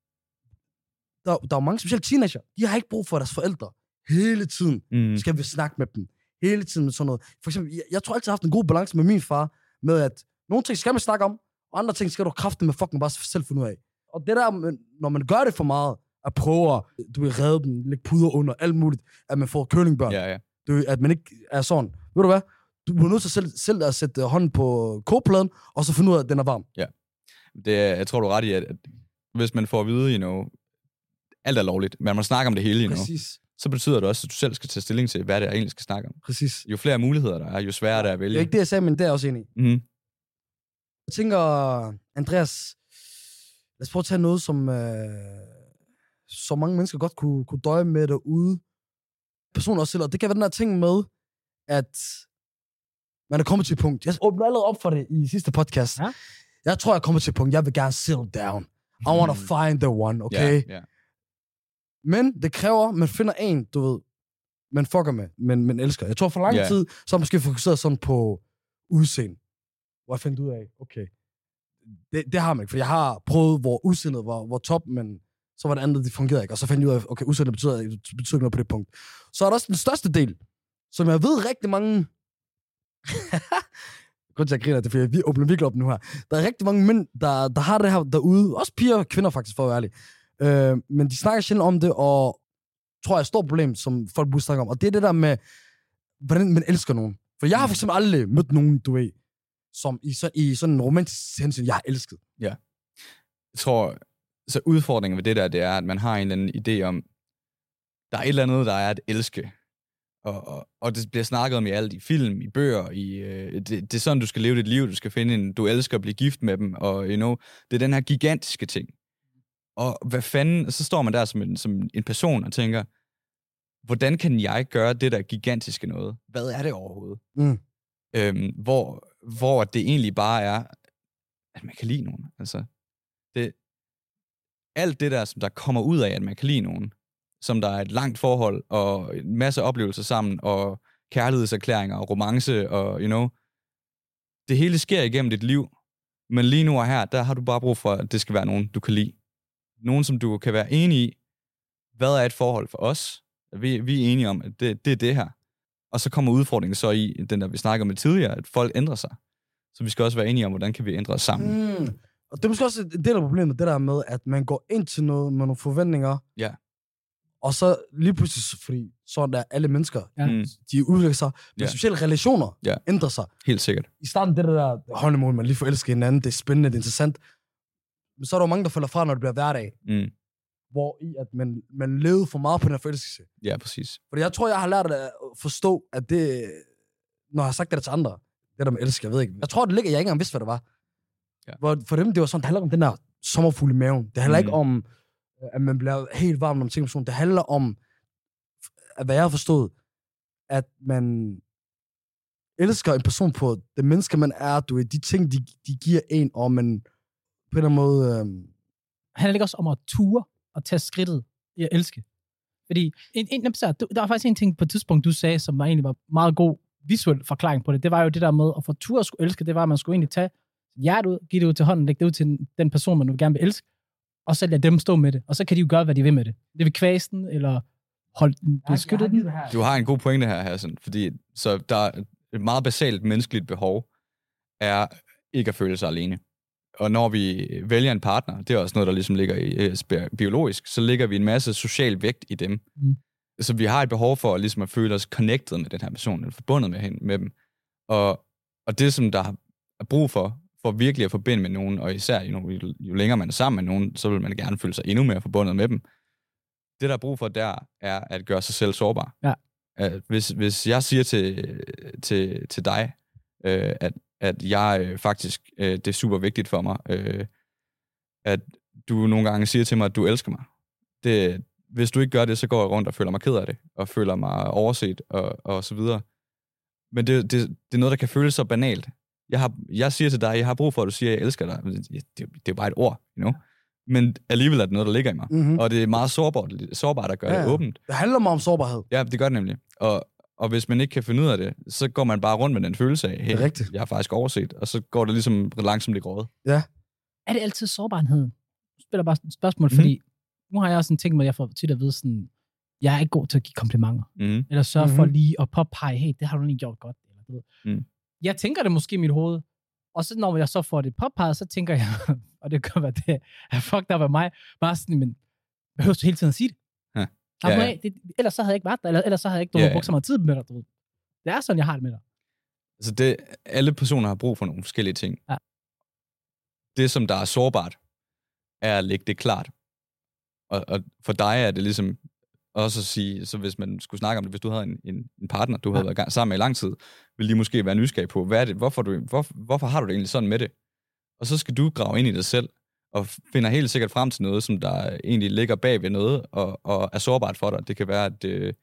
der er jo mange, specielt teenager, de har ikke brug for deres forældre, hele tiden skal vi snakke med dem, hele tiden med sådan noget. For eksempel, jeg tror altid, jeg har haft en god balance med min far, med at nogle ting skal man snakke om, og andre ting skal du kraftedeme med fucking bare selv finde ud af. Og det der, når man gør det for meget, at prøve at, du vil redde dem, lægge puder under, alt muligt, at man får curlingbørn. Ja. At man ikke er sådan. Ved du hvad? Du bliver nødt til selv at sætte hånden på kogepladen, og så finde ud af, at den er varm. Ja. Jeg tror, du er ret i, at hvis man får at vide, alt er lovligt, men man snakker om det hele, Præcis. Så betyder det også, at du selv skal tage stilling til, hvad det er, egentlig skal snakke om. Præcis. Jo flere muligheder der er, jo sværere det er at vælge. Det er ikke det, jeg sagde, men det er jeg også enig i. Mm-hmm. Jeg tænker, Andreas, lad os prøve at tage noget, som mange mennesker godt kunne døje med derude. Personer også selv, og det kan være den her ting med, at man er kommet til et punkt. Jeg åbner allerede op for det i sidste podcast. Ja? Jeg tror, jeg er kommet til et punkt. Jeg vil gerne settle down. I want to find the one, okay? Yeah. Men det kræver, man finder en, du ved, man fucker med, men elsker. Jeg tror for lang tid, så har man måske fokuseret sådan på udseende. Hvor jeg fandt ud af, okay, det har man ikke, for jeg har prøvet, hvor udseendet var top, men så var det andet, det fungerede ikke. Og så fandt jeg ud af, okay, udseendet betyder ikke noget på det punkt. Så er der også den største del, som jeg ved rigtig mange... Godt, jeg griner det, for vi åbner virkelig op nu her. Der er rigtig mange mænd, der har det her derude. Også piger og kvinder faktisk, for at være ærlig. Men de snakker sjældent om det, og tror jeg er et stort problem, som folk burde snakke om. Og det er det der med, hvordan man elsker nogen. For jeg har for eksempel aldrig mødt nogen, du ved, som i sådan en romantisk hensyn, jeg har elsket. Ja. Jeg tror, så udfordringen ved det der, det er, at man har en eller anden idé om, der er et eller andet, der er at elske. Og det bliver snakket om i alt, i film, i bøger, det er sådan, du skal leve dit liv, du skal finde en, du elsker at blive gift med dem, og det er den her gigantiske ting. Og hvad fanden, så står man der som en person og tænker, hvordan kan jeg gøre det der gigantiske noget? Hvad er det overhovedet? Hvor det egentlig bare er, at man kan lide nogen. Altså, alt det der, som der kommer ud af, at man kan lide nogen, som der er et langt forhold, og en masse oplevelser sammen, og kærlighedserklæringer, og romance, og det hele sker igennem dit liv, men lige nu og her, der har du bare brug for, at det skal være nogen, du kan lide. Nogen, som du kan være enig i. Hvad er et forhold for os? Vi er enige om, at det er det her. Og så kommer udfordringen så i, den der vi snakker om tidligere, at folk ændrer sig. Så vi skal også være enige om, hvordan kan vi ændre os sammen. Og det er måske også en del af problemet, det der med, at man går ind til noget med nogle forventninger. Ja. Og så lige pludselig, fordi sådan der alle mennesker, Ja. de udvikler sig, men Ja. specielle relationer ændrer sig. Helt sikkert. I starten, det der honeymoon, man lige forelsker hinanden, det er spændende, det er interessant. Men så er der jo mange, der falder fra, når det bliver hverdag. Hvor i at man levede for meget på den her forelskelse. Ja, præcis. Fordi jeg tror, jeg har lært at forstå, at det, når jeg har sagt det til andre, det der med elsker, jeg ved ikke. Jeg tror, det ligger, jeg ikke engang vidste, hvad det var. Ja. Hvor for dem, det var sådan, det handler om den der sommerfugl i maven. Det handler ikke om, at man bliver helt varm om ting. Det handler om, at hvad jeg har forstået, at man elsker en person på det menneske, man er, du ved, de ting, de giver en, og man på en eller anden måde... handler ikke også om at ture og tage skridtet i at elske? Fordi der var faktisk en ting på et tidspunkt, du sagde, som egentlig var meget god visuel forklaring på det. Det var jo det der med at få ture at skulle elske, det var, at man skulle egentlig tage hjertet ud, give det ud til hånden, lægge det ud til den person, man gerne vil elske, og så lade dem stå med det. Og så kan de jo gøre, hvad de vil med det. Det vil kvæsten, eller holde den beskyttet den. Du har en god pointe her, Hassan, fordi så der er et meget basalt menneskeligt behov, er ikke at føle sig alene. Og når vi vælger en partner, det er også noget, der ligesom ligger i biologisk, så ligger vi en masse social vægt i dem. Så vi har et behov for ligesom at føle os connected med den her person, eller forbundet med dem. Og det, som der er brug for virkelig at forbinde med nogen, og især jo længere man er sammen med nogen, så vil man gerne føle sig endnu mere forbundet med dem. Det, der er brug for der, er at gøre sig selv sårbar. Ja. Hvis jeg siger til dig, at jeg faktisk, det er super vigtigt for mig, at du nogle gange siger til mig, at du elsker mig. Hvis du ikke gør det, så går jeg rundt og føler mig ked af det, og føler mig overset, og så videre. Men det er noget, der kan føles så banalt. Jeg siger til dig, jeg har brug for, at du siger, at jeg elsker dig. Det er jo bare et ord, you know? Men alligevel er det noget, der ligger i mig. Og det er meget sårbart at gøre det åbent. Det handler meget om sårbarhed. Ja, det gør det nemlig. Og hvis man ikke kan finde ud af det, så går man bare rundt med den følelse af, hey, jeg har faktisk overset, og så går det ligesom langsomt i grådet. Ja. Er det altid sårbarheden? Jeg spiller bare et spørgsmål, fordi nu har jeg også en ting med, at jeg får tit at vide sådan, jeg er ikke god til at give komplimenter. Eller sørge for lige at påpege, hey, det har du lige gjort godt. Eller, jeg tænker det måske i mit hoved, og så når jeg så får det påpeget, så tænker jeg, og det kan være det, er fucked up af mig, bare sådan, men behøver du hele tiden at sige det? Ellers så havde jeg ikke været der, eller ellers så havde jeg ikke brugt så meget tid med dig. Det er sådan, jeg har det med dig. Altså alle personer har brug for nogle forskellige ting. Ja. Det, som der er sårbart, er at lægge det klart. Og for dig er det ligesom også at sige, så hvis man skulle snakke om det, hvis du havde en partner, du havde været sammen med i lang tid, ville de måske være nysgerrige på, hvad er det, hvorfor har du det egentlig sådan med det? Og så skal du grave ind i dig selv, og finder helt sikkert frem til noget, som der egentlig ligger bag ved noget, og er sårbart for dig. Det kan være, at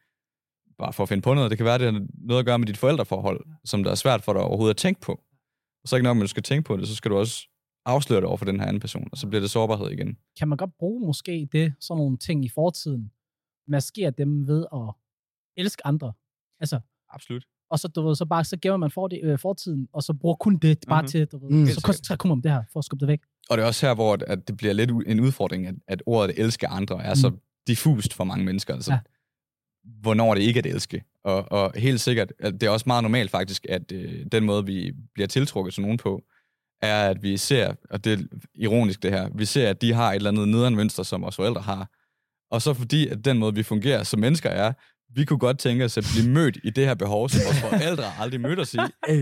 bare for at finde på noget, det kan være, at det har noget at gøre med dit forældreforhold, som der er svært for dig overhovedet at tænke på. Og så ikke nok, at du skal tænke på det, så skal du også afsløre det over for den her anden person, og så bliver det sårbarhed igen. Kan man godt bruge måske sådan nogle ting i fortiden, maskere dem ved at elske andre? Altså, absolut. Og så gemmer man fortiden, og så bruger kun det bare til, så koncentrerer kun om det her, for at skubbe det væk. Og det er også her, hvor at det bliver lidt en udfordring, at ordet at elske andre er så diffust for mange mennesker. Altså, hvornår det ikke er at elske. Og helt sikkert, at det er også meget normalt faktisk, at den måde, vi bliver tiltrukket til nogen på, er, at vi ser, og det er ironisk det her, vi ser, at de har et eller andet nederen mønster, som vores forældre har. Og så fordi, at den måde, vi fungerer som mennesker er, vi kunne godt tænke os at blive mødt i det her behov, som vores forældre aldrig mødte os i.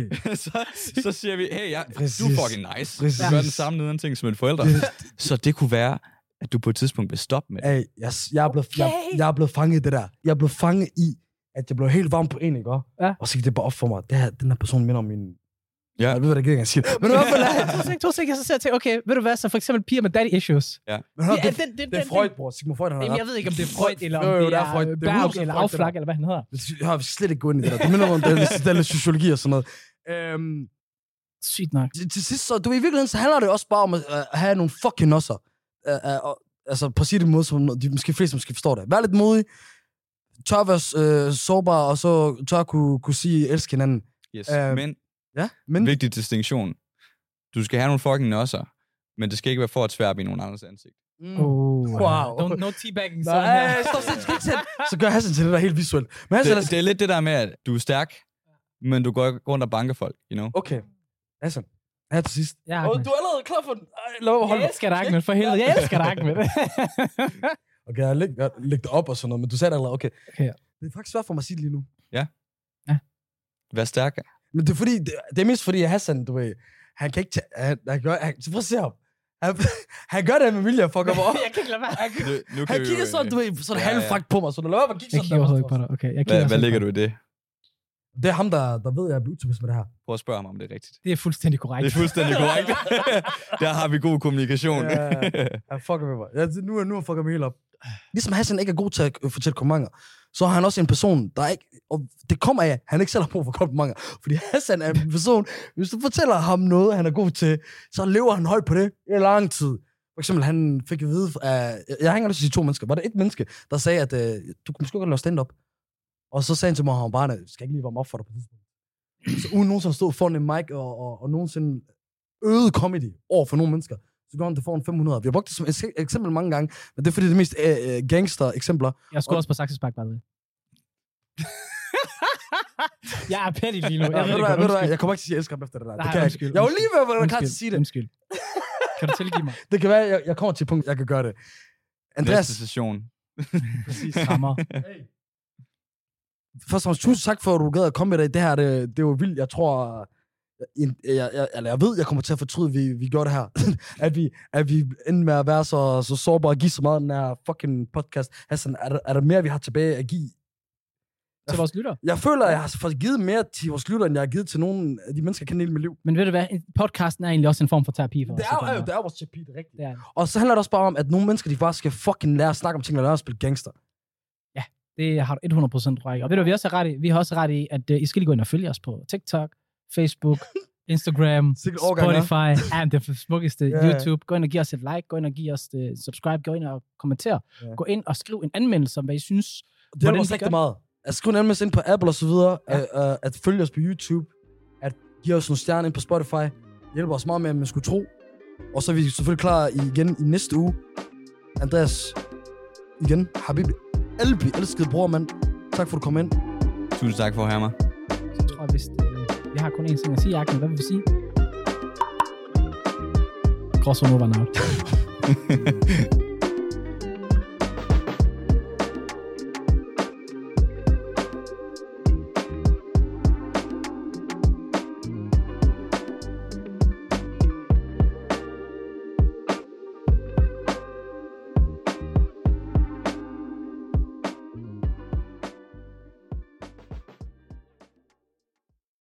så siger vi, hey, du er fucking nice. Du gør den samme nederen ting som en forældre. Så det kunne være, at du på et tidspunkt vil stoppe med det. Jeg er blevet fanget i det der. Jeg er blevet fanget i, at jeg blev helt varm på en, ikke? Ja. Og så gik det bare op for mig. Den her person minder om min... Ja. Jeg ved, hvad det ikke sige. Men i hvert fald... To sekunder, så tænker okay, ved du hvad, så for eksempel piger med daddy issues. Ja. Men hør, det er Freud, bror. Sigmund Freud, han har ret. Jeg ved ikke, om det er Freud, eller om det er Berg, eller Aflak, eller hvad han hedder. Vi skal slet ikke gå ind i det der. Det minder om, det er lidt sociologi og sådan noget. Sygt nok. Til sidst, så du i virkeligheden, så handler det også bare om at have nogle fucking nosser. Altså, på at sige det måde, som de måske flest måske forstår det. Vær lidt modig, tør være sårbar, og så tør kunne sige, elske hinanden. Yes, men vigtig distinktion. Du skal have nogle fucking nosser, men det skal ikke være for at sværbe i nogen andres ansigt. Wow. No teabagging. Så gør Hassan til det der helt visuelt. Men Hassan, det er lidt det der med, at du er stærk, men du går rundt og banker folk, you know? Okay. Hassan, her til sidst. Ja, du er allerede klar for den. Jeg elsker dig, Ahmed, for helvede. Jeg elsker dig, Ahmed. Okay, jeg lægger det op og sådan noget, men du sagde det allerede, okay. Ja. Det er faktisk svært for mig at sige det lige nu. Ja. Vær stærk. Men det er fordi, det er mest fordi, Hassan, du ved, han kan ikke prøv at se ham. Han gør det med vilje, fuck op. Jeg kan ikke lade være. Han kigger sådan, du ved, sådan halvfragt på mig, så du lader mig kigge sådan. Jeg kigger også ikke på dig, okay. Hvad ligger du i det? Det er ham, der ved, at jeg er blevet utilpas med det her. Prøv at spørge ham, om det er rigtigt. Det er fuldstændig korrekt. Det er fuldstændig korrekt. Der har vi god kommunikation. Ja, fucker med mig. Nu er fucker mig helt op. Ligesom Hassan ikke er god til at fortælle komplimenter, så er han også en person, der ikke... Og det kommer af, at han ikke selv har brug for komplimenter. Fordi Hassan er en person, hvis du fortæller ham noget, han er god til, så lever han højt på det i lang tid. For eksempel, han fik at vide af... Jeg har ikke lyst til at sige 2 mennesker. Var det et menneske, der sagde, at du kunne måske godt lave stand-up? Og så sagde han til mig, at han bare, skal ikke lige varme op for dig på det tidspunkt. Så uden nogensinde stod foran en mic og nogensinde øget comedy over for nogle mennesker, så går han til foran 500. Vi har brugt det som et eksempel mange gange, men det er fordi det er mest gangster-eksempler. Jeg skulle også på Saxes Park, by the way. Jeg er petty lige nu. Jeg kommer ikke til at sige, at jeg elsker ham efter det der. Nej, det kan undskyld, jeg var lige ved at være klar til at sige det. Undskyld. Kan du tilgive mig? Det kan være, at jeg kommer til et punkt, jeg kan gøre det. Andreas. Næste session. Præcis, rammer. Hey. Først og fremmest, tusind tak for, at du gad at komme med dig. Det her, det var vildt. Jeg tror, jeg ved, jeg kommer til at fortryde, at vi gjorde det her. at vi endte med at være så sårbare og give så meget den her fucking podcast. Hassan, er der mere, vi har tilbage at give? Til vores lytter. Jeg føler, at jeg har fået givet mere til vores lytter, end jeg har givet til nogle af de mennesker, jeg kender i mit liv. Men ved du hvad? Podcasten er egentlig også en form for terapi for os. Det er vores terapi, det er rigtigt. Det er. Og så handler det også bare om, at nogle mennesker, de bare skal fucking lære at snakke om ting, og lære at spille gangster. Ja, det har du 100% ret. Og ved du, vi også har ret i? Vi har også ret i, at I skal lige gå ind og følge os på TikTok, Facebook, Instagram, Spotify, and det smukkeste YouTube. Gå ind og giv os et like, gå ind og giv os et subscribe, gå ind og kommentere. Gå ind og skriv en anmeldelse om, hvad I synes. Det er også rigtig meget. At skrive en anmeldelse ind på Apple og så videre, at følge os på YouTube, at give os nogle stjerner ind på Spotify, hjælper os meget med, at man skulle tro. Og så er vi selvfølgelig klar igen i næste uge. Andreas, igen, Habibi, Albi, elskede bror, mand. Tak for, at du kom ind. Tusind tak for at have mig. Så tror jeg, hvis vi har kun én ting at sige, Ahmed. Hvad vil vi sige? Crossover over now.